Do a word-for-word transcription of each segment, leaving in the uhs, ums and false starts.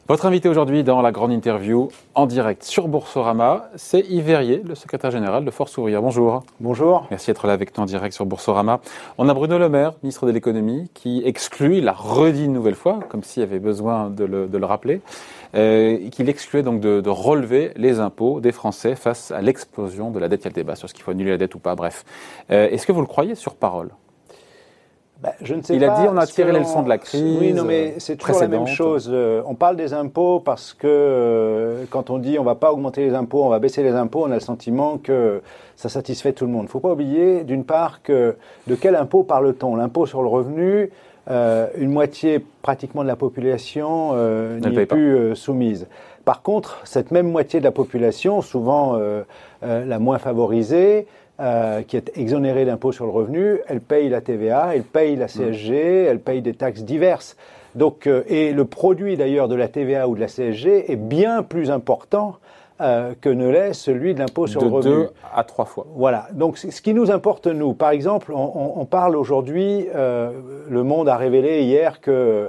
Votre invité aujourd'hui dans la grande interview en direct sur Boursorama, c'est Yves Verrier, le secrétaire général de Force Ouvrière. Bonjour. Bonjour. Merci d'être là avec nous en direct sur Boursorama. On a Bruno Le Maire, ministre de l'économie, qui exclut, il l'a redit une nouvelle fois, comme s'il y avait besoin de le, de le rappeler, euh, qu'il excluait donc de, de relever les impôts des Français face à l'explosion de la dette. Il y a le débat sur ce qu'il faut annuler la dette ou pas, bref. Euh, est-ce que vous le croyez sur parole ? Ben, je ne sais il pas, a dit on a tiré selon... les leçons de la crise. Oui, non, mais c'est toujours la même chose. Euh, on parle des impôts parce que euh, quand on dit on ne va pas augmenter les impôts, on va baisser les impôts, on a le sentiment que ça satisfait tout le monde. Il ne faut pas oublier, d'une part, que de quel impôt parle-t-on ? L'impôt sur le revenu, euh, une moitié pratiquement de la population euh, n'y est plus euh, soumise. Par contre, cette même moitié de la population, souvent euh, euh, la moins favorisée, Euh, qui est exonérée d'impôt sur le revenu, elle paye la T V A, elle paye la C S G, mmh. elle paye des taxes diverses. Donc, euh, et le produit d'ailleurs de la T V A ou de la C S G est bien plus important euh, que ne l'est celui de l'impôt sur de le revenu. De deux à trois fois. Voilà. Donc, ce qui nous importe, nous, par exemple, on, on, on parle aujourd'hui, euh, Le Monde a révélé hier que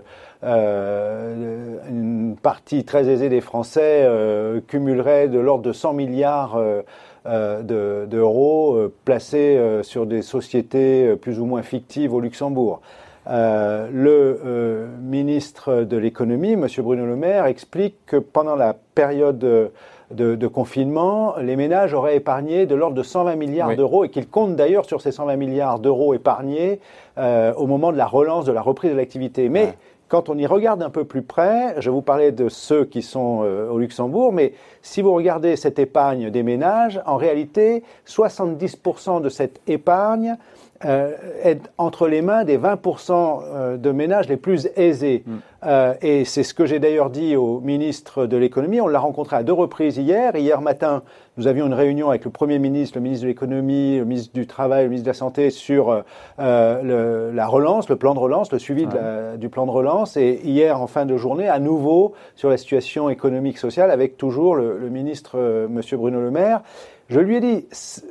euh, une partie très aisée des Français euh, cumulerait de l'ordre de cent milliards euh, Euh, de, d'euros euh, placés euh, sur des sociétés euh, plus ou moins fictives au Luxembourg. Euh, le euh, ministre de l'économie, M. Bruno Le Maire, explique que pendant la période de, de, de confinement, les ménages auraient épargné de l'ordre de cent vingt milliards oui. d'euros et qu'ils comptent d'ailleurs sur ces cent vingt milliards d'euros épargnés euh, au moment de la relance, de la reprise de l'activité. Mais ouais. Quand on y regarde un peu plus près, je vous parlais de ceux qui sont euh, au Luxembourg, mais si vous regardez cette épargne des ménages, en réalité, soixante-dix pour cent de cette épargne euh, est entre les mains des vingt pour cent de ménages les plus aisés. Mm. Euh, et c'est ce que j'ai d'ailleurs dit au ministre de l'économie. On l'a rencontré à deux reprises hier. Hier matin, nous avions une réunion avec le Premier ministre, le ministre de l'économie, le ministre du Travail, le ministre de la Santé sur euh, le, la relance, le plan de relance, le suivi ouais. de la, du plan de relance. Et hier, en fin de journée, à nouveau sur la situation économique sociale avec toujours le, le ministre, euh, M. Bruno Le Maire. Je lui ai dit,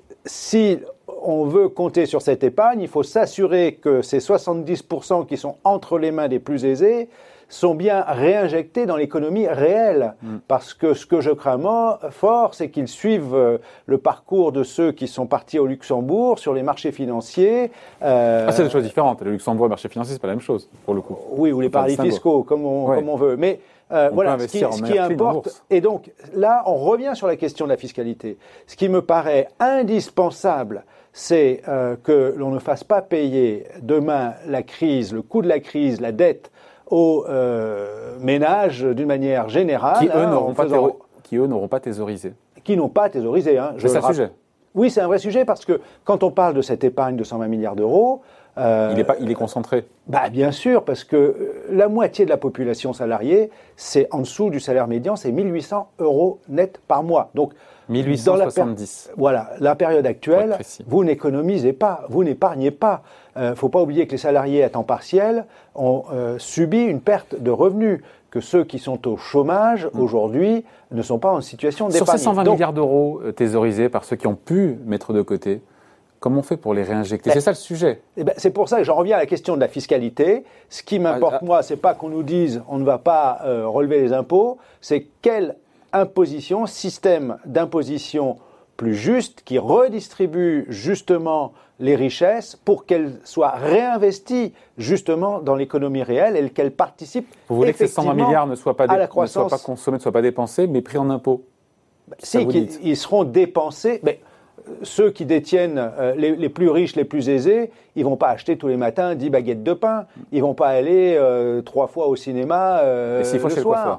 si on veut compter sur cette épargne, il faut s'assurer que ces soixante-dix pour cent qui sont entre les mains des plus aisés sont bien réinjectés dans l'économie réelle. Mmh. Parce que ce que je crains fort, c'est qu'ils suivent le parcours de ceux qui sont partis au Luxembourg sur les marchés financiers. Euh... Ah, c'est des choses différentes. Le Luxembourg et le marché financier, c'est pas la même chose, pour le coup. Oui, ou les paradis fiscaux, comme on, ouais. comme on veut. Mais euh, on voilà, ce qui, ce qui importe. Et donc, là, on revient sur la question de la fiscalité. Ce qui me paraît indispensable, c'est euh, que l'on ne fasse pas payer demain la crise, le coût de la crise, la dette, aux euh, ménages d'une manière générale. Qui, eux, hein, n'auront pas, faisant... théor... qui, eux, n'auront pas thésaurisé. Qui n'ont pas thésaurisé. Hein, c'est un rapp... sujet. Oui, c'est un vrai sujet parce que quand on parle de cette épargne de cent vingt milliards d'euros... Euh, il, est pas, il est concentré. Bah, bien sûr, parce que la moitié de la population salariée, c'est en dessous du salaire médian, c'est mille huit cents euros net par mois. Donc, mille huit cent soixante-dix. Dans la, per... voilà, la période actuelle, vous n'économisez pas, vous n'épargnez pas. Il euh, ne faut pas oublier que les salariés à temps partiel ont euh, subi une perte de revenus, que ceux qui sont au chômage mmh. aujourd'hui ne sont pas en situation d'épargne. Sur ces cent vingt Donc, milliards d'euros thésaurisés par ceux qui ont pu mettre de côté, comment on fait pour les réinjecter ? ben, C'est ça le sujet. Eh ben, c'est pour ça que j'en reviens à la question de la fiscalité. Ce qui m'importe, ah, ah, moi, c'est pas qu'on nous dise on ne va pas euh, relever les impôts, c'est quelle imposition, système d'imposition plus juste qui redistribue justement les richesses pour qu'elles soient réinvesties justement dans l'économie réelle et qu'elles participent Vous voulez que ces cent vingt milliards ne soient pas, dé- à la croissance. ne soient pas consommés, ne soient pas dépensés, mais pris en impôts ben, Si, ils seront dépensés. Mais ceux qui détiennent, euh, les, les plus riches, les plus aisés, ils vont pas acheter tous les matins dix baguettes de pain. Ils vont pas aller euh, trois fois au cinéma euh, et six fois le chez soir. Le coiffeur.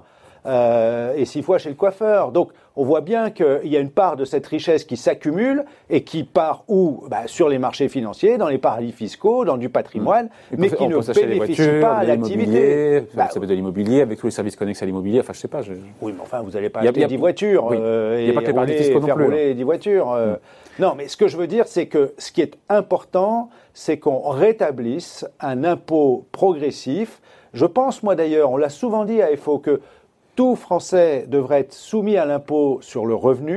Euh, et six fois chez le coiffeur. Donc, on voit bien qu'il y a une part de cette richesse qui s'accumule et qui part où bah, sur les marchés financiers, dans les paradis fiscaux, dans du patrimoine, mmh. mais qui ne bénéficie voitures, pas à l'activité. Bah, ça peut être de l'immobilier, avec tous les services connexes à l'immobilier, enfin je sais pas. Je... Oui, mais enfin, vous n'allez pas acheter dix voitures oui. euh, et, y a pas que les rouler, fiscaux non faire plus, rouler dix voitures. Euh. Mmh. Non, mais ce que je veux dire, c'est que ce qui est important, c'est qu'on rétablisse un impôt progressif. Je pense, moi d'ailleurs, on l'a souvent dit à F O, que tout Français devrait être soumis à l'impôt sur le revenu,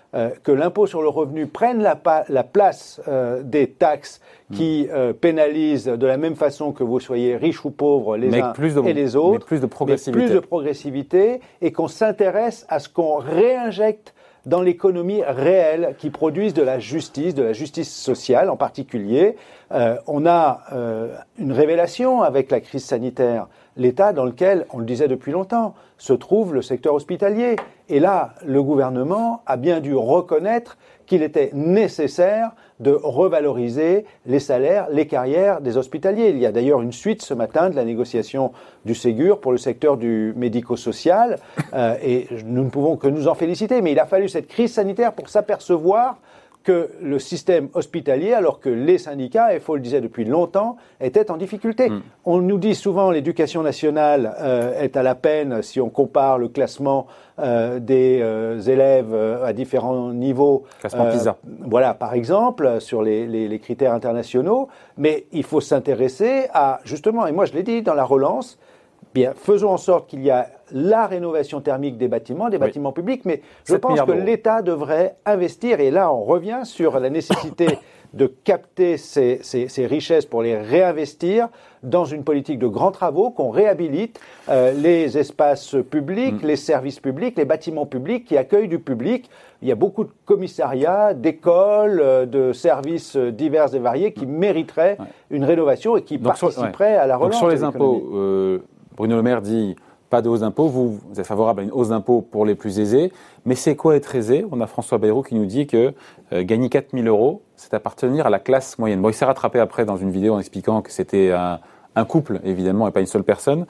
euh, que l'impôt sur le revenu prenne la, pa- la place euh, des taxes qui euh, pénalisent de la même façon que vous soyez riches ou pauvres les mais uns plus de, et les autres, mais plus de progressivité, mais plus de progressivité et qu'on s'intéresse à ce qu'on réinjecte dans l'économie réelle qui produise de la justice, de la justice sociale en particulier. Euh, on a euh, une révélation avec la crise sanitaire. L'état dans lequel, on le disait depuis longtemps, se trouve le secteur hospitalier. Et là, le gouvernement a bien dû reconnaître qu'il était nécessaire de revaloriser les salaires, les carrières des hospitaliers. Il y a d'ailleurs une suite ce matin de la négociation du Ségur pour le secteur du médico-social, euh, et nous ne pouvons que nous en féliciter. Mais il a fallu cette crise sanitaire pour s'apercevoir que le système hospitalier, alors que les syndicats, et F O le disait depuis longtemps, étaient en difficulté. Mmh. On nous dit souvent l'éducation nationale euh, est à la peine si on compare le classement euh, des euh, élèves euh, à différents niveaux. Classement euh, PISA. Voilà, par exemple, sur les, les, les critères internationaux. Mais il faut s'intéresser à, justement, et moi je l'ai dit dans la relance, bien, faisons en sorte qu'il y a la rénovation thermique des bâtiments, des oui. bâtiments publics, mais je pense que l'État devrait investir, et là on revient sur la nécessité de capter ces, ces, ces richesses pour les réinvestir dans une politique de grands travaux, qu'on réhabilite euh, les espaces publics, mmh. les services publics, les bâtiments publics qui accueillent du public. Il y a beaucoup de commissariats, d'écoles, euh, de services divers et variés qui mériteraient ouais. une rénovation et qui Donc participeraient sur, ouais. à la relance. Donc sur les impôts, euh, Bruno Le Maire dit pas de hausse d'impôts. Vous, vous êtes favorable à une hausse d'impôts pour les plus aisés. Mais c'est quoi être aisé ? On a François Bayrou qui nous dit que euh, gagner quatre mille euros, c'est appartenir à la classe moyenne. Bon, il s'est rattrapé après dans une vidéo en expliquant que c'était un, un couple, évidemment, et pas une seule personne.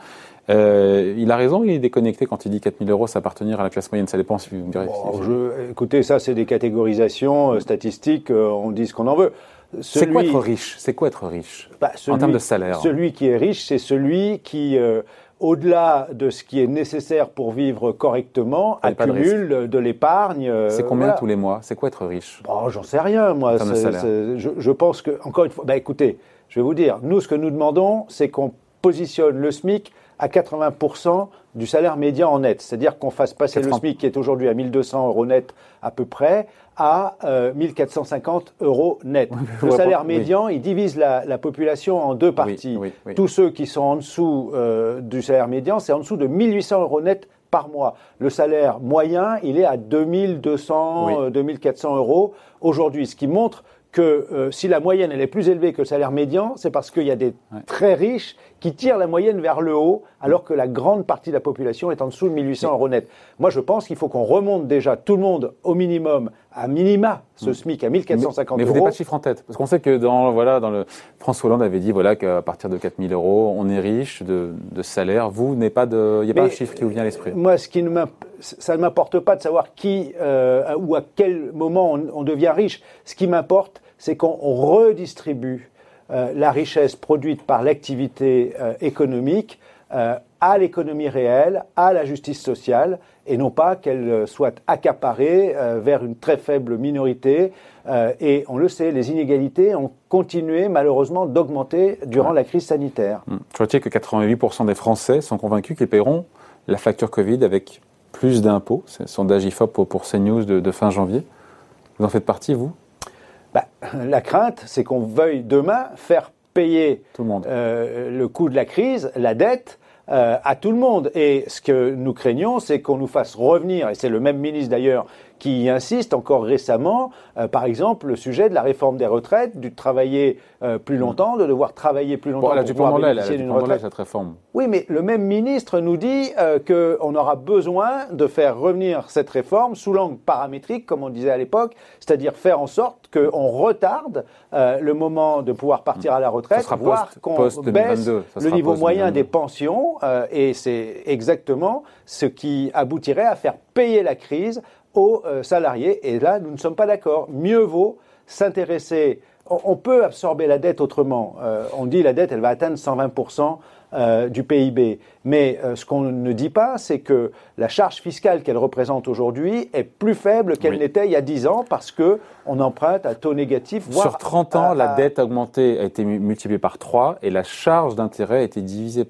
Euh, il a raison, il est déconnecté quand il dit quatre mille euros, c'est appartenir à la classe moyenne. Ça dépend si vous me direz. Bon, si, je, écoutez, ça, c'est des catégorisations euh, statistiques. Euh, on dit ce qu'on en veut. Celui, c'est quoi être riche ? C'est quoi être riche bah, celui, en termes de salaire ? Celui qui est riche, c'est celui qui, euh, au-delà de ce qui est nécessaire pour vivre correctement, accumule de, de l'épargne. Euh, c'est combien voilà. tous les mois ? C'est quoi être riche ? Bon, j'en sais rien, moi. C'est, c'est, je, je pense que, encore une fois, bah, écoutez, je vais vous dire, nous, ce que nous demandons, c'est qu'on positionne le SMIC à quatre-vingts pour cent du salaire médian en net. C'est-à-dire qu'on fasse passer quatre-vingts le SMIC, qui est aujourd'hui à mille deux cents euros net à peu près, à euh, mille quatre cent cinquante euros net. Le salaire médian, oui. il divise la, la population en deux parties. Oui, oui, oui. Tous ceux qui sont en dessous euh, du salaire médian, c'est en dessous de mille huit cents euros net par mois. Le salaire moyen, il est à deux mille deux cents, oui. euh, deux mille quatre cents euros aujourd'hui, ce qui montre que euh, si la moyenne elle est plus élevée que le salaire médian, c'est parce qu'il y a des ouais. très riches qui tirent la moyenne vers le haut, alors que la grande partie de la population est en dessous de mille huit cents euros net. Moi, je pense qu'il faut qu'on remonte déjà tout le monde au minimum, à minima, ce SMIC à mille quatre cent cinquante mais, mais euros. Mais vous n'avez pas de chiffre en tête, parce qu'on sait que dans voilà dans le François Hollande avait dit voilà qu'à partir de quatre mille euros, on est riche de, de salaire. Vous n'avez pas de, il n'y a mais, pas un chiffre qui vous vient à l'esprit. Moi, ce qui ne ça ne m'importe pas de savoir qui euh, ou à quel moment on, on devient riche. Ce qui m'importe, c'est qu'on redistribue euh, la richesse produite par l'activité euh, économique euh, à l'économie réelle, à la justice sociale, et non pas qu'elle soit accaparée euh, vers une très faible minorité. Euh, et on le sait, les inégalités ont continué malheureusement d'augmenter durant ouais. la crise sanitaire. Mmh. Je retiens que quatre-vingt-huit pour cent des Français sont convaincus qu'ils paieront la facture Covid avec plus d'impôts. C'est le sondage I F O P pour CNews de, de fin janvier. Vous en faites partie, vous ? Bah, la crainte, c'est qu'on veuille demain faire payer tout le, monde. Euh, le coût de la crise, la dette, euh, à tout le monde. Et ce que nous craignons, c'est qu'on nous fasse revenir, et c'est le même ministre d'ailleurs qui y insiste encore récemment, euh, par exemple, le sujet de la réforme des retraites, du travailler euh, plus longtemps, de devoir travailler plus longtemps bon, là, pour pouvoir bénéficier là, d'une retraite. Cette réforme. Oui, mais le même ministre nous dit euh, qu'on aura besoin de faire revenir cette réforme sous l'angle paramétrique, comme on disait à l'époque, c'est-à-dire faire en sorte qu'on retarde euh, le moment de pouvoir partir à la retraite, voire post, qu'on post baisse le niveau moyen des pensions, euh, et c'est exactement ce qui aboutirait à faire payer la crise aux euh, salariés. Et là, nous ne sommes pas d'accord. Mieux vaut s'intéresser. On, on peut absorber la dette autrement. Euh, on dit la dette, elle va atteindre cent vingt pour cent euh, du P I B. Mais euh, ce qu'on ne dit pas, c'est que la charge fiscale qu'elle représente aujourd'hui est plus faible qu'elle oui. n'était il y a dix ans parce que on emprunte à taux négatif. Voire Sur trente ans, à, la à... dette a augmenté, a été multipliée par trois et la charge d'intérêt a été divisée par trois.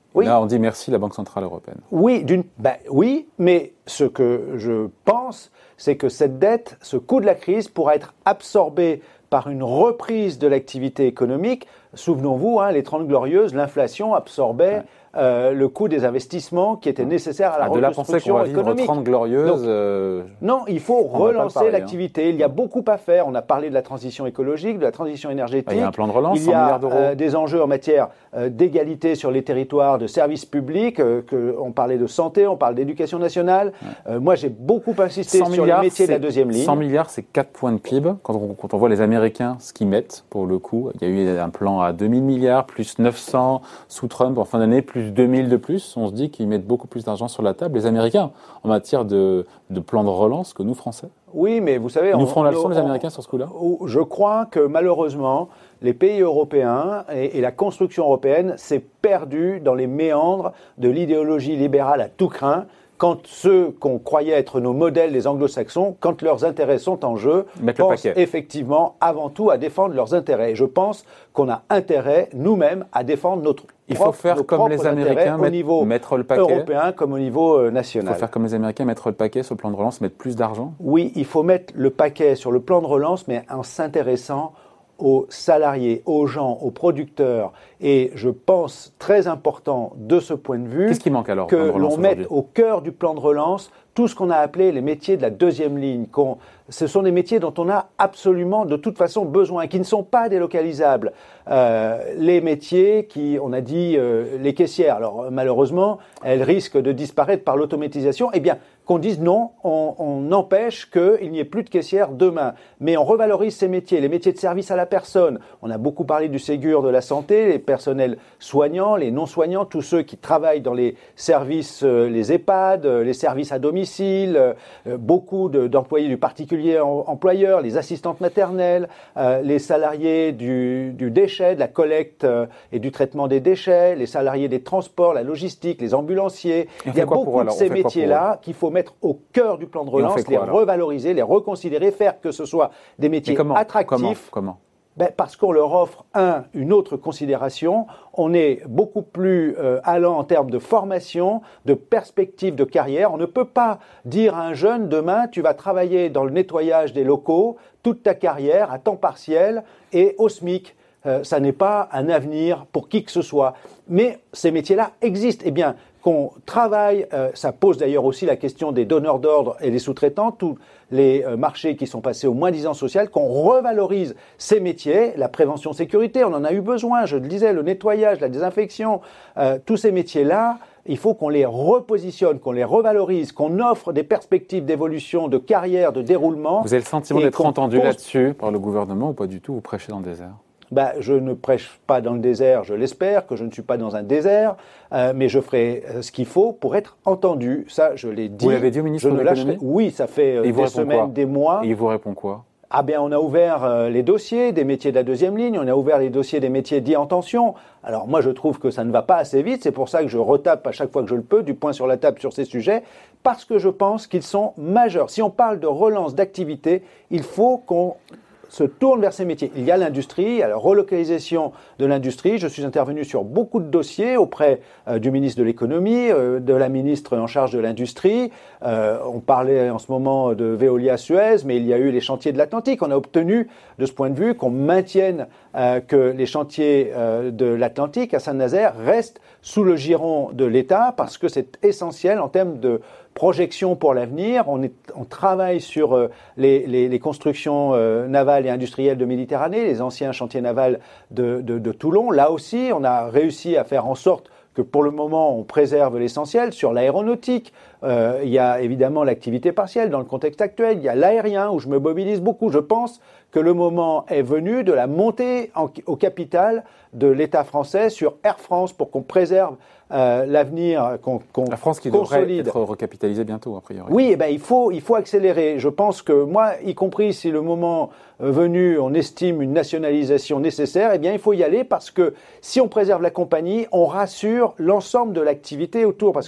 Oui. Là, on dit merci à la Banque Centrale Européenne. Oui, d'une, ben, oui, mais ce que je pense, c'est que cette dette, ce coût de la crise, pourra être absorbé par une reprise de l'activité économique. Souvenons-vous, hein, les Trente Glorieuses, l'inflation absorbait ouais. euh, le coût des investissements qui étaient nécessaires à la ah, reconstruction de la pensée qu'on va économique. vivre Trente Glorieuses. Donc, euh, non, il faut relancer l'activité. Hein. Il y a beaucoup à faire. On a parlé de la transition écologique, de la transition énergétique. Il y a un plan de relance, il y a, cent milliards d'euros. Euh, des enjeux en matière euh, d'égalité sur les territoires, de services publics. Euh, que, on parlait de santé, on parle d'éducation nationale. Ouais. Euh, moi, j'ai beaucoup insisté sur les métiers de la deuxième ligne. cent milliards, c'est quatre points de P I B. Quand on, quand on voit les Américains, ce qu'ils mettent, pour le coup, il y a eu un plan à deux mille milliards, plus neuf cents sous Trump en fin d'année, plus deux mille de plus. On se dit qu'ils mettent beaucoup plus d'argent sur la table, les Américains, en matière de, de plan de relance que nous, Français. Oui, mais vous savez... Ils on, nous feront la leçon, on, les Américains, sur ce coup-là. Je crois que, malheureusement, les pays européens et, et la construction européenne s'est perdue dans les méandres de l'idéologie libérale à tout crin, quand ceux qu'on croyait être nos modèles, les anglo-saxons, quand leurs intérêts sont en jeu, pensent effectivement avant tout à défendre leurs intérêts. Et je pense qu'on a intérêt, nous-mêmes, à défendre notre Il faut propre, faire comme les Américains, au niveau mettre le paquet. européen comme au niveau euh, national. Il faut faire comme les Américains, mettre le paquet sur le plan de relance, mettre plus d'argent. Oui, il faut mettre le paquet sur le plan de relance, mais en s'intéressant aux salariés, aux gens, aux producteurs. Et je pense très important de ce point de vue Qu'est-ce qui manque alors, que l'on mette au cœur du plan de relance tout ce qu'on a appelé les métiers de la deuxième ligne. Qu'on, ce sont des métiers dont on a absolument de toute façon besoin, qui ne sont pas délocalisables. Euh, les métiers qui, on a dit, euh, les caissières, alors malheureusement, elles risquent de disparaître par l'automatisation. Eh bien, qu'on dise non, on, on empêche qu'il n'y ait plus de caissières demain. Mais on revalorise ces métiers, les métiers de service à la personne. On a beaucoup parlé du Ségur de la santé, les personnels soignants, les non-soignants, tous ceux qui travaillent dans les services, euh, les EHPAD, euh, les services à domicile, euh, beaucoup de, d'employés du particulier en, employeur, les assistantes maternelles, euh, les salariés du, du déchet, de la collecte euh, et du traitement des déchets, les salariés des transports, la logistique, les ambulanciers. Il y a beaucoup de ces métiers-là qu'il faut mettre au cœur du plan de relance, quoi, les alors revaloriser, les reconsidérer, faire que ce soit des métiers comment, attractifs. Comment, comment Ben parce qu'on leur offre, un, une autre considération, on est beaucoup plus euh, allant en termes de formation, de perspective de carrière. On ne peut pas dire à un jeune, demain, tu vas travailler dans le nettoyage des locaux toute ta carrière, à temps partiel et au SMIC. Euh, ça n'est pas un avenir pour qui que ce soit. Mais ces métiers-là existent. Eh bien, qu'on travaille, euh, ça pose d'ailleurs aussi la question des donneurs d'ordre et des sous-traitants, tous les euh, marchés qui sont passés au moins-disant social, qu'on revalorise ces métiers, la prévention sécurité, on en a eu besoin, je le disais, le nettoyage, la désinfection, euh, tous ces métiers-là, il faut qu'on les repositionne, qu'on les revalorise, qu'on offre des perspectives d'évolution, de carrière, de déroulement. Vous avez le sentiment d'être entendu pose... là-dessus par le gouvernement ou pas du tout? Vous prêchez dans le désert? Ben, je ne prêche pas dans le désert, je l'espère, que je ne suis pas dans un désert, euh, mais je ferai euh, ce qu'il faut pour être entendu. Ça, je l'ai dit. Vous l'avez dit au ministre je de l'économie ? Oui, ça fait euh, des semaines, quoi des mois. Et il vous répond quoi ? Ah bien, on a ouvert euh, les dossiers des métiers de la deuxième ligne, on a ouvert les dossiers des métiers dits en tension. Alors moi, je trouve que ça ne va pas assez vite, c'est pour ça que je retape à chaque fois que je le peux du poing sur la table sur ces sujets, parce que je pense qu'ils sont majeurs. Si on parle de relance d'activité, il faut qu'on se tourne vers ces métiers. Il y a l'industrie, la relocalisation de l'industrie. Je suis intervenu sur beaucoup de dossiers auprès euh, du ministre de l'économie, euh, de la ministre en charge de l'industrie. Euh, on parlait en ce moment de Veolia Suez, mais il y a eu les chantiers de l'Atlantique. On a obtenu, de ce point de vue, qu'on maintienne euh, que les chantiers euh, de l'Atlantique à Saint-Nazaire restent sous le giron de l'État parce que c'est essentiel en termes de projection pour l'avenir. On, est, on travaille sur euh, les, les, les constructions euh, navales et industrielles de Méditerranée, les anciens chantiers navals de, de, de Toulon. Là aussi, on a réussi à faire en sorte que pour le moment, on préserve l'essentiel. Sur l'aéronautique, euh, il y a évidemment l'activité partielle dans le contexte actuel. Il y a l'aérien où je me mobilise beaucoup. Je pense que le moment est venu de la montée en, au capital de l'État français sur Air France pour qu'on préserve euh, l'avenir, qu'on, qu'on La France qui consolide. devrait être recapitalisée bientôt, a priori. Oui, eh ben, il faut, il faut accélérer. Je pense que moi, y compris si le moment venu, on estime une nationalisation nécessaire, eh bien, il faut y aller parce que si on préserve la compagnie, on rassure l'ensemble de l'activité autour. Parce que, ouais.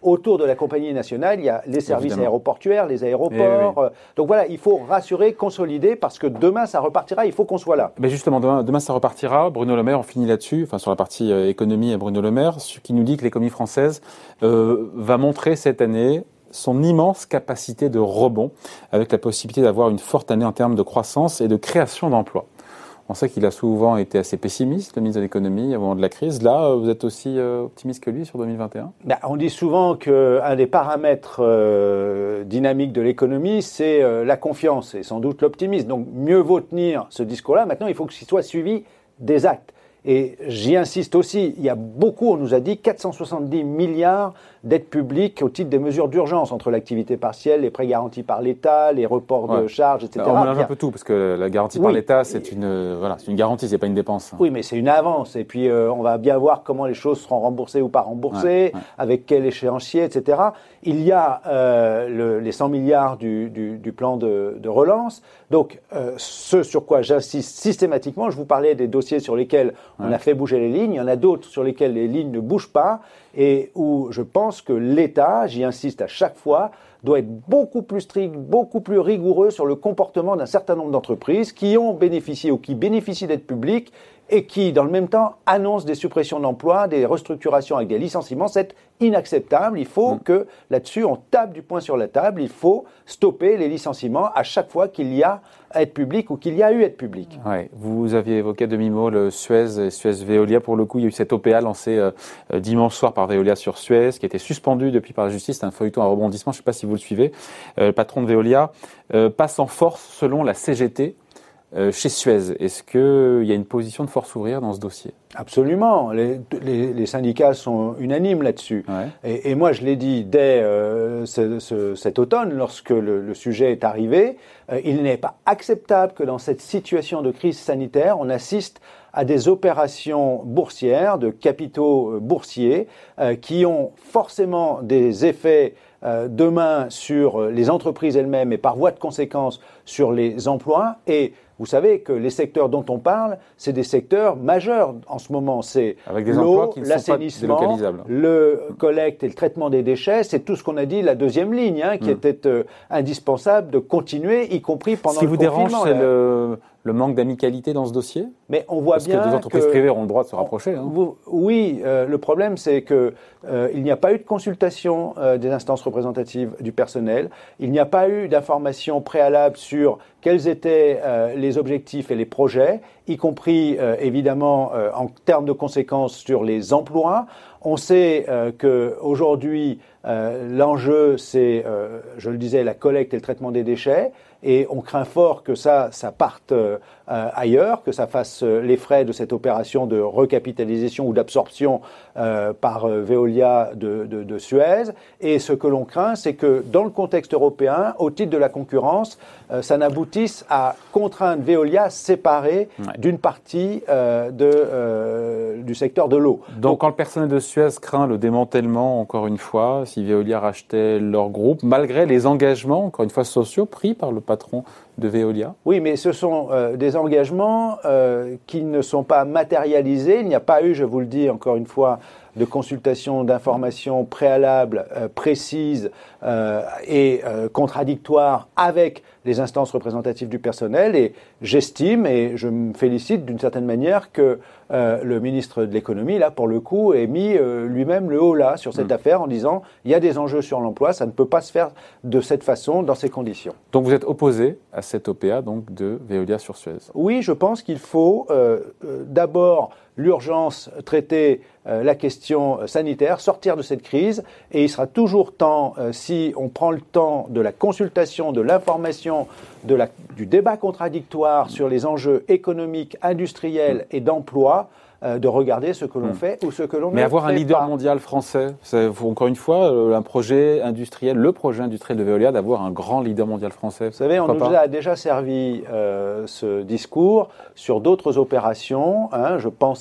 autour de la compagnie nationale, il y a les services Évidemment. aéroportuaires, les aéroports. Eh oui. euh, donc voilà, il faut rassurer, consolider, parce que demain, ça repartira, il faut qu'on soit là. Mais justement, demain, demain, ça repartira. Bruno Le Maire, on finit là-dessus, enfin sur la partie euh, économie, Bruno Le Maire, ce qui nous dit que l'économie française euh, va montrer cette année son immense capacité de rebond, avec la possibilité d'avoir une forte année en termes de croissance et de création d'emplois. On sait qu'il a souvent été assez pessimiste, le ministre de l'économie, au moment de la crise. Là, vous êtes aussi euh, optimiste que lui sur deux mille vingt et un ? Ben, on dit souvent qu'un des paramètres euh, dynamiques de l'économie, c'est euh, la confiance et sans doute l'optimisme. Donc mieux vaut tenir ce discours-là. Maintenant, il faut qu'il soit suivi des actes. Et j'y insiste aussi, il y a beaucoup, on nous a dit, quatre cent soixante-dix milliards d'aides publiques au titre des mesures d'urgence, entre l'activité partielle, les prêts garantis par l'État, les reports Ouais. de charges, et cetera. Alors, on mélange Bien. un peu tout, parce que la garantie Oui. par l'État, c'est une, euh, voilà, c'est une garantie, c'est pas une dépense. Oui, mais c'est une avance. Et puis, euh, on va bien voir comment les choses seront remboursées ou pas remboursées, Ouais, ouais. avec quel échéancier, et cetera. Il y a euh, le, les cent milliards du, du, du plan de, de relance. Donc, euh, ce sur quoi j'insiste systématiquement, je vous parlais des dossiers sur lesquels on Ouais. a fait bouger les lignes. Il y en a d'autres sur lesquels les lignes ne bougent pas et où je pense que l'État, j'y insiste à chaque fois, doit être beaucoup plus strict, beaucoup plus rigoureux sur le comportement d'un certain nombre d'entreprises qui ont bénéficié ou qui bénéficient d'aides publiques et qui, dans le même temps, annoncent des suppressions d'emplois, des restructurations avec des licenciements. C'est inacceptable. Il faut Mmh. que, là-dessus, on tape du poing sur la table. Il faut stopper les licenciements à chaque fois qu'il y a aide publique ou qu'il y a eu aide publique. Ouais. Vous aviez évoqué à demi-mot le Suez et Suez Veolia. Pour le coup, il y a eu cette O P A lancée euh, euh, dimanche soir par Veolia sur Suez, qui a été suspendue depuis par la justice. C'est un feuilleton, un rebondissement. Je ne sais pas si vous le suivez. Euh, le patron de Veolia euh, passe en force selon la C G T euh, chez Suez. Est-ce qu'il y a une position de force ouvrière dans ce dossier ? Absolument. Les, les, les syndicats sont unanimes là-dessus. Ouais. Et, et moi, je l'ai dit dès euh, ce, ce, cet automne, lorsque le, le sujet est arrivé, euh, il n'est pas acceptable que dans cette situation de crise sanitaire, on assiste à des opérations boursières, de capitaux euh, boursiers, euh, qui ont forcément des effets euh, demain sur les entreprises elles-mêmes et par voie de conséquence sur les emplois. Et vous savez que les secteurs dont on parle, c'est des secteurs majeurs en ce moment. C'est Avec des emplois l'eau, qui ne sont pas l'assainissement, délocalisables. le collecte et le traitement des déchets. C'est tout ce qu'on a dit, la deuxième ligne, hein, qui Mm. était euh, indispensable de continuer, y compris pendant Ce qui le vous dérange, confinement. c'est là. le, le manque d'amicalité dans ce dossier ? Mais on voit Parce bien que les entreprises que- privées ont le droit de se rapprocher. Hein. Vous- oui, euh, le problème c'est que euh, il n'y a pas eu de consultation euh, des instances représentatives du personnel. Il n'y a pas eu d'informations préalables sur quels étaient euh, les objectifs et les projets, y compris euh, évidemment euh, en termes de conséquences sur les emplois. On sait euh, que aujourd'hui euh, l'enjeu c'est, euh, je le disais, la collecte et le traitement des déchets. Et on craint fort que ça, ça parte euh, ailleurs, que ça fasse euh, les frais de cette opération de recapitalisation ou d'absorption euh, par euh, Veolia de, de, de Suez. Et ce que l'on craint, c'est que dans le contexte européen, au titre de la concurrence, euh, ça n'aboutisse à contraindre Veolia à se séparer Ouais. d'une partie euh, de, euh, du secteur de l'eau. Donc, quand le personnel de Suez craint le démantèlement, encore une fois, si Veolia rachetait leur groupe, malgré les engagements, encore une fois, sociaux pris par le patron de Veolia. Oui, mais ce sont euh, des engagements euh, qui ne sont pas matérialisés. Il n'y a pas eu, je vous le dis encore une fois, de consultation d'informations préalables, euh, précises euh, et euh, contradictoires avec les instances représentatives du personnel. Et j'estime, et je me félicite d'une certaine manière, que euh, le ministre de l'économie, là, pour le coup, ait mis euh, lui-même le haut là sur cette Mmh. affaire en disant il y a des enjeux sur l'emploi, ça ne peut pas se faire de cette façon, dans ces conditions. Donc, vous êtes opposé à cette O P A donc, de Veolia sur Suez. Oui, je pense qu'il faut euh, euh, d'abord l'urgence, traiter euh, la question sanitaire, sortir de cette crise, et il sera toujours temps, euh, si on prend le temps de la consultation, de l'information, de la, du débat contradictoire sur les enjeux économiques, industriels et d'emploi, euh, de regarder ce que l'on Mm. fait ou ce que l'on ne Mais avoir un fait leader pas. mondial français, c'est encore une fois euh, un projet industriel, le projet industriel de Veolia, d'avoir un grand leader mondial français. Vous savez, on Pourquoi nous pas a déjà servi euh, ce discours sur d'autres opérations. Hein. Je pense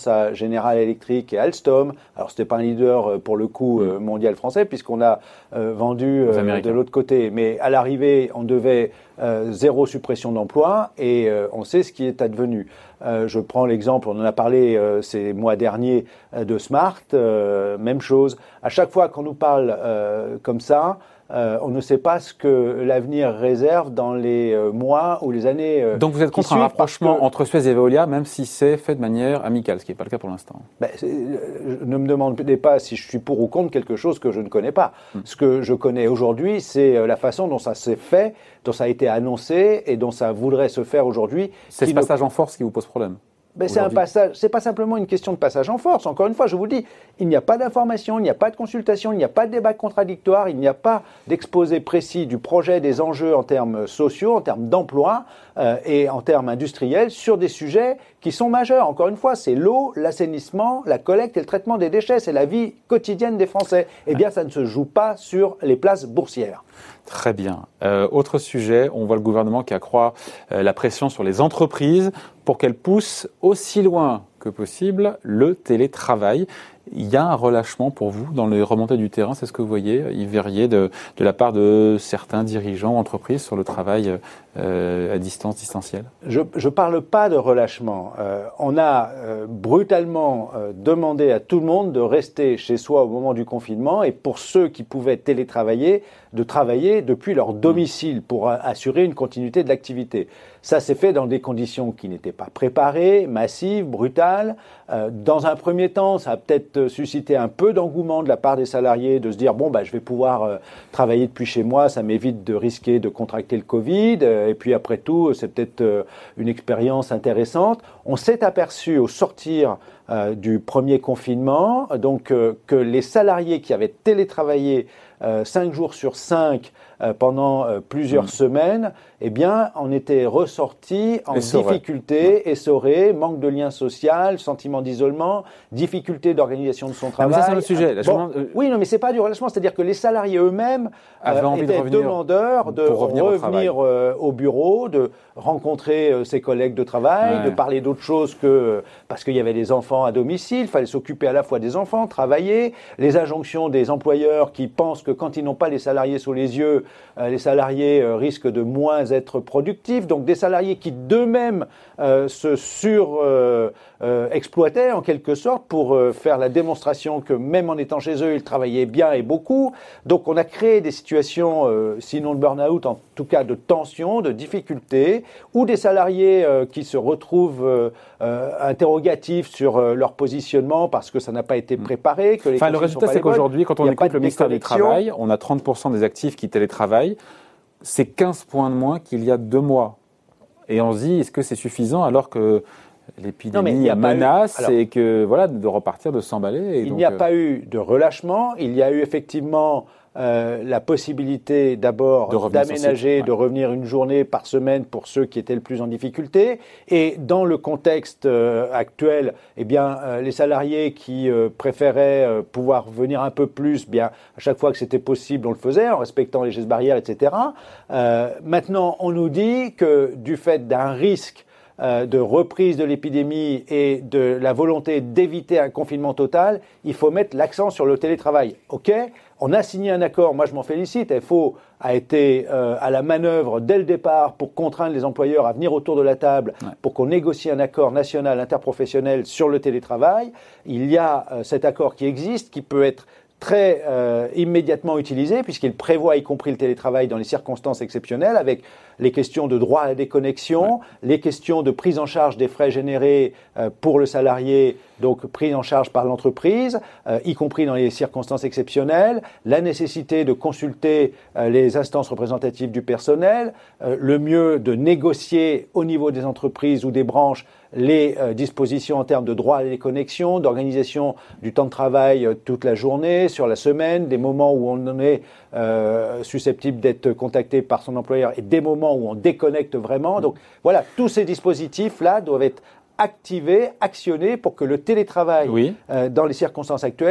pense à General Electric et Alstom. Alors, c'était pas un leader pour le coup mondial français puisqu'on a euh, vendu euh, de l'autre côté. Mais à l'arrivée, on devait euh, zéro suppression d'emplois et euh, on sait ce qui est advenu. Euh, je prends l'exemple, on en a parlé euh, ces mois derniers euh, de Smart, euh, même chose. À chaque fois qu'on nous parle euh, comme ça, Euh, on ne sait pas ce que l'avenir réserve dans les euh, mois ou les années euh, Donc vous êtes contre un rapprochement que... entre Suez et Veolia, même si c'est fait de manière amicale, ce qui n'est pas le cas pour l'instant. Ben, ne me demandez pas si je suis pour ou contre quelque chose que je ne connais pas. Hum. Ce que je connais aujourd'hui, c'est la façon dont ça s'est fait, dont ça a été annoncé et dont ça voudrait se faire aujourd'hui. C'est ce passage ne... en force qui vous pose problème? Ben c'est un passage, c'est pas simplement une question de passage en force. Encore une fois, je vous dis, il n'y a pas d'information, il n'y a pas de consultation, il n'y a pas de débat contradictoire, il n'y a pas d'exposé précis du projet, des enjeux en termes sociaux, en termes d'emploi euh, et en termes industriels sur des sujets qui sont majeurs. Encore une fois, c'est l'eau, l'assainissement, la collecte et le traitement des déchets. C'est la vie quotidienne des Français. Eh bien, ça ne se joue pas sur les places boursières. Très bien. Euh, autre sujet, on voit le gouvernement qui accroît euh, la pression sur les entreprises pour qu'elles poussent aussi loin que possible le télétravail. Il y a un relâchement pour vous dans les remontées du terrain, c'est ce que vous voyez, Yves Verrier, de, de la part de certains dirigeants entreprises sur le travail euh, à distance, distanciel? Je ne parle pas de relâchement. Euh, on a euh, brutalement euh, demandé à tout le monde de rester chez soi au moment du confinement et pour ceux qui pouvaient télétravailler, de travailler depuis leur domicile pour euh, assurer une continuité de l'activité. Ça s'est fait dans des conditions qui n'étaient pas préparées, massives, brutales. Euh, dans un premier temps, ça a peut-être suscité un peu d'engouement de la part des salariés de se dire bon bah je vais pouvoir euh, travailler depuis chez moi, ça m'évite de risquer de contracter le Covid. Euh, et puis après tout, c'est peut-être euh, une expérience intéressante. On s'est aperçu au sortir euh, du premier confinement, donc euh, que les salariés qui avaient télétravaillé euh, cinq jours sur cinq euh, pendant euh, plusieurs mmh. semaines, eh bien, on était ressortis en difficulté, essorés, manque de lien social, sentiment d'isolement, difficulté d'organisation de son travail. Ah, mais ça, c'est un autre sujet. Là, bon, demande, euh... Oui, non, mais c'est pas du relâchement. C'est-à-dire que les salariés eux-mêmes euh, envie étaient de demandeurs de revenir, revenir au, euh, au bureau, de rencontrer euh, ses collègues de travail, ouais. de parler d'autre chose que parce qu'il y avait des enfants à domicile, il fallait s'occuper à la fois des enfants, travailler, les injonctions des employeurs qui pensent que quand ils n'ont pas les salariés sous les yeux, euh, les salariés euh, risquent de moins être productifs, donc des salariés qui d'eux-mêmes euh, se sur-exploitaient euh, euh, en quelque sorte pour euh, faire la démonstration que même en étant chez eux, ils travaillaient bien et beaucoup. Donc on a créé des situations, euh, sinon de burn-out, en tout cas de tension, de difficultés, ou des salariés euh, qui se retrouvent euh, euh, interrogatifs sur euh, leur positionnement parce que ça n'a pas été préparé. Que les enfin, le résultat, c'est qu'aujourd'hui, quand on écoute le ministère du Travail, on a trente pour cent des actifs qui télétravaillent. C'est quinze points de moins qu'il y a deux mois. Et on se dit, est-ce que c'est suffisant alors que l'épidémie menace alors, et que voilà de repartir, de s'emballer? Il n'y a euh... pas eu de relâchement. Il y a eu effectivement euh, la possibilité d'abord d'aménager, de revenir une journée par semaine pour ceux qui étaient le plus en difficulté. Et dans le contexte euh, actuel, eh bien, euh, les salariés qui euh, préféraient euh, pouvoir venir un peu plus, bien, à chaque fois que c'était possible, on le faisait en respectant les gestes barrières, et cetera. Euh, maintenant, on nous dit que du fait d'un risque Euh, de reprise de l'épidémie et de la volonté d'éviter un confinement total, il faut mettre l'accent sur le télétravail. Ok, on a signé un accord, moi je m'en félicite, F O a été euh, à la manœuvre dès le départ pour contraindre les employeurs à venir autour de la table, ouais. pour qu'on négocie un accord national interprofessionnel sur le télétravail. Il y a euh, cet accord qui existe, qui peut être très euh, immédiatement utilisé puisqu'il prévoit y compris le télétravail dans les circonstances exceptionnelles avec les questions de droit à la déconnexion, ouais. les questions de prise en charge des frais générés euh, pour le salarié, donc prise en charge par l'entreprise, euh, y compris dans les circonstances exceptionnelles, la nécessité de consulter euh, les instances représentatives du personnel, euh, le mieux de négocier au niveau des entreprises ou des branches les euh, dispositions en termes de droit à la déconnexion, d'organisation du temps de travail euh, toute la journée, sur la semaine, des moments où on en est euh, susceptible d'être contacté par son employeur et des moments où on déconnecte vraiment. Donc voilà, tous ces dispositifs-là doivent être activés, actionnés pour que le télétravail, oui. euh, dans les circonstances actuelles,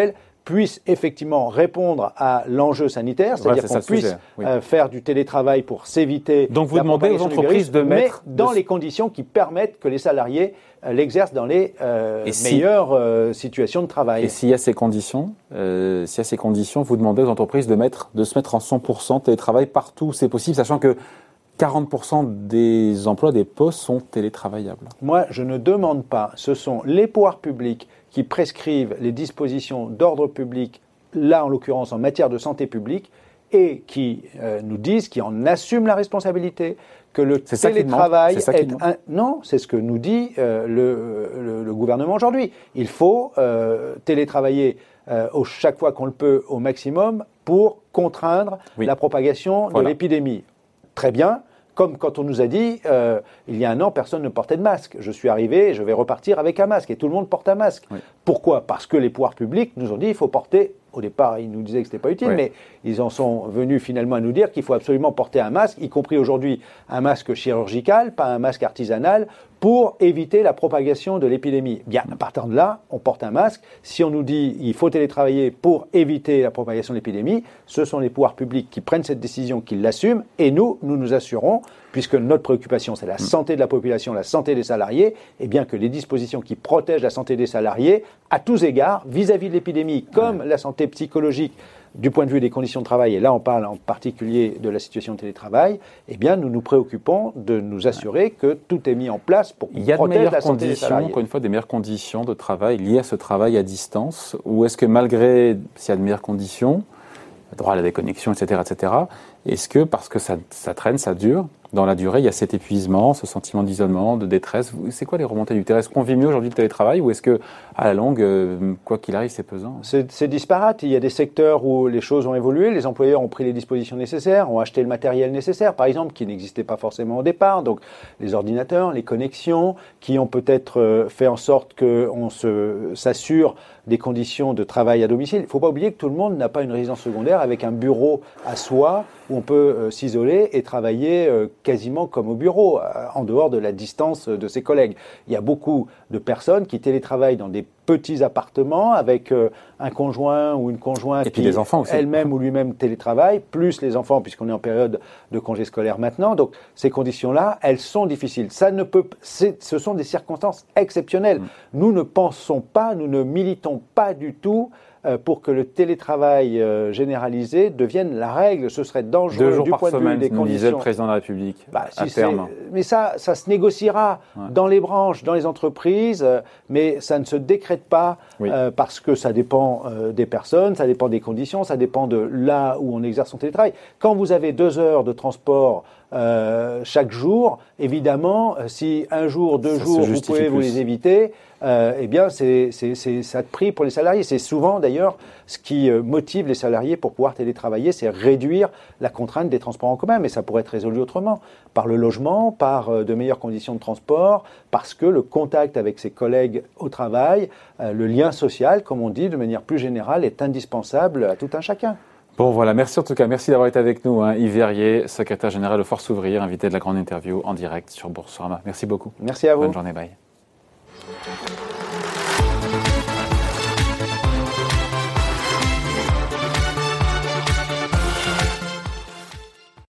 puisse effectivement répondre à l'enjeu sanitaire, c'est-à-dire ouais, qu'on puisse sujet, oui. euh, faire du télétravail pour s'éviter. Donc vous demandez aux entreprises de mettre mais dans de... les conditions qui permettent que les salariés euh, l'exercent dans les euh, si... meilleures euh, situations de travail. Et s'il y a ces conditions, euh, s'il y a ces conditions, vous demandez aux entreprises de mettre, de se mettre en cent pour cent télétravail partout où c'est possible, sachant que quarante pour cent des emplois, des postes sont télétravaillables. Moi, je ne demande pas. Ce sont les pouvoirs publics qui prescrivent les dispositions d'ordre public, là en l'occurrence en matière de santé publique, et qui euh, nous disent, qui en assument la responsabilité, que le c'est télétravail ça est un... Non, c'est ce que nous dit euh, le, le, le gouvernement aujourd'hui. Il faut euh, télétravailler euh, au, chaque fois qu'on le peut au maximum pour contraindre oui. la propagation voilà. de l'épidémie. Très bien. Comme quand on nous a dit, euh, il y a un an, personne ne portait de masque. Je suis arrivé et je vais repartir avec un masque. Et tout le monde porte un masque. Oui. Pourquoi ? Parce que les pouvoirs publics nous ont dit qu'il faut porter... Au départ, ils nous disaient que ce n'était pas utile, oui. mais ils en sont venus finalement à nous dire qu'il faut absolument porter un masque, y compris aujourd'hui un masque chirurgical, pas un masque artisanal, pour éviter la propagation de l'épidémie. Bien, à partir de là, on porte un masque. Si on nous dit qu'il faut télétravailler pour éviter la propagation de l'épidémie, ce sont les pouvoirs publics qui prennent cette décision, qui l'assument, et nous, nous nous assurons, puisque notre préoccupation, c'est la santé de la population, la santé des salariés, et bien que les dispositions qui protègent la santé des salariés, à tous égards, vis-à-vis de l'épidémie, comme ouais. la santé psychologique, du point de vue des conditions de travail, et là on parle en particulier de la situation de télétravail, eh bien nous nous préoccupons de nous assurer que tout est mis en place pour protéger la santé des salariés. Il y a de meilleures conditions, encore une fois, des meilleures conditions de travail liées à ce travail à distance, ou est-ce que malgré, s'il y a de meilleures conditions, droit à la déconnexion, et cetera, et cetera, est-ce que parce que ça, ça traîne, ça dure, dans la durée, il y a cet épuisement, ce sentiment d'isolement, de détresse. C'est quoi les remontées du terrain ? Est-ce qu'on vit mieux aujourd'hui le télétravail ou est-ce que, à la longue, euh, quoi qu'il arrive, c'est pesant ? c'est, c'est disparate. Il y a des secteurs où les choses ont évolué, les employeurs ont pris les dispositions nécessaires, ont acheté le matériel nécessaire, par exemple, qui n'existait pas forcément au départ. Donc, les ordinateurs, les connexions, qui ont peut-être fait en sorte qu'on se, s'assure des conditions de travail à domicile. Il ne faut pas oublier que tout le monde n'a pas une résidence secondaire avec un bureau à soi où on peut euh, s'isoler et travailler euh, quasiment comme au bureau, euh, en dehors de la distance de ses collègues. Il y a beaucoup de personnes qui télétravaillent dans des petits appartements avec euh, un conjoint ou une conjointe qui elle-même ou lui-même télétravaille, plus les enfants puisqu'on est en période de congé scolaire maintenant. Donc ces conditions-là, elles sont difficiles. Ça ne peut, c'est, ce sont des circonstances exceptionnelles. Mmh. Nous ne pensons pas, nous ne militons pas du tout euh, pour que le télétravail euh, généralisé devienne la règle. Ce serait dangereux Deux jours du par point semaine, de vue des nous conditions. Disait le président de la République bah, à si terme. Mais ça, ça se négociera ouais. dans les branches, dans les entreprises, euh, mais ça ne se décrète pas oui. euh, parce que ça dépend euh, des personnes, ça dépend des conditions, ça dépend de là où on exerce son télétravail. Quand vous avez deux heures de transport euh, chaque jour, évidemment, si un jour, deux ça jours, vous pouvez plus. vous les éviter, euh, eh bien, c'est, c'est, c'est ça de prix pour les salariés. C'est souvent, d'ailleurs, ce qui motive les salariés pour pouvoir télétravailler, c'est réduire la contrainte des transports en commun. Mais ça pourrait être résolu autrement, par le logement, par de meilleures conditions de transport, parce que le contact avec ses collègues au travail, euh, le lien social, comme on dit, de manière plus générale, est indispensable à tout un chacun. Bon voilà, merci en tout cas, merci d'avoir été avec nous, hein, Yves Verrier, secrétaire général de Force Ouvrière, invité de la grande interview en direct sur Boursorama. Merci beaucoup. Merci à vous. Bonne journée, bye.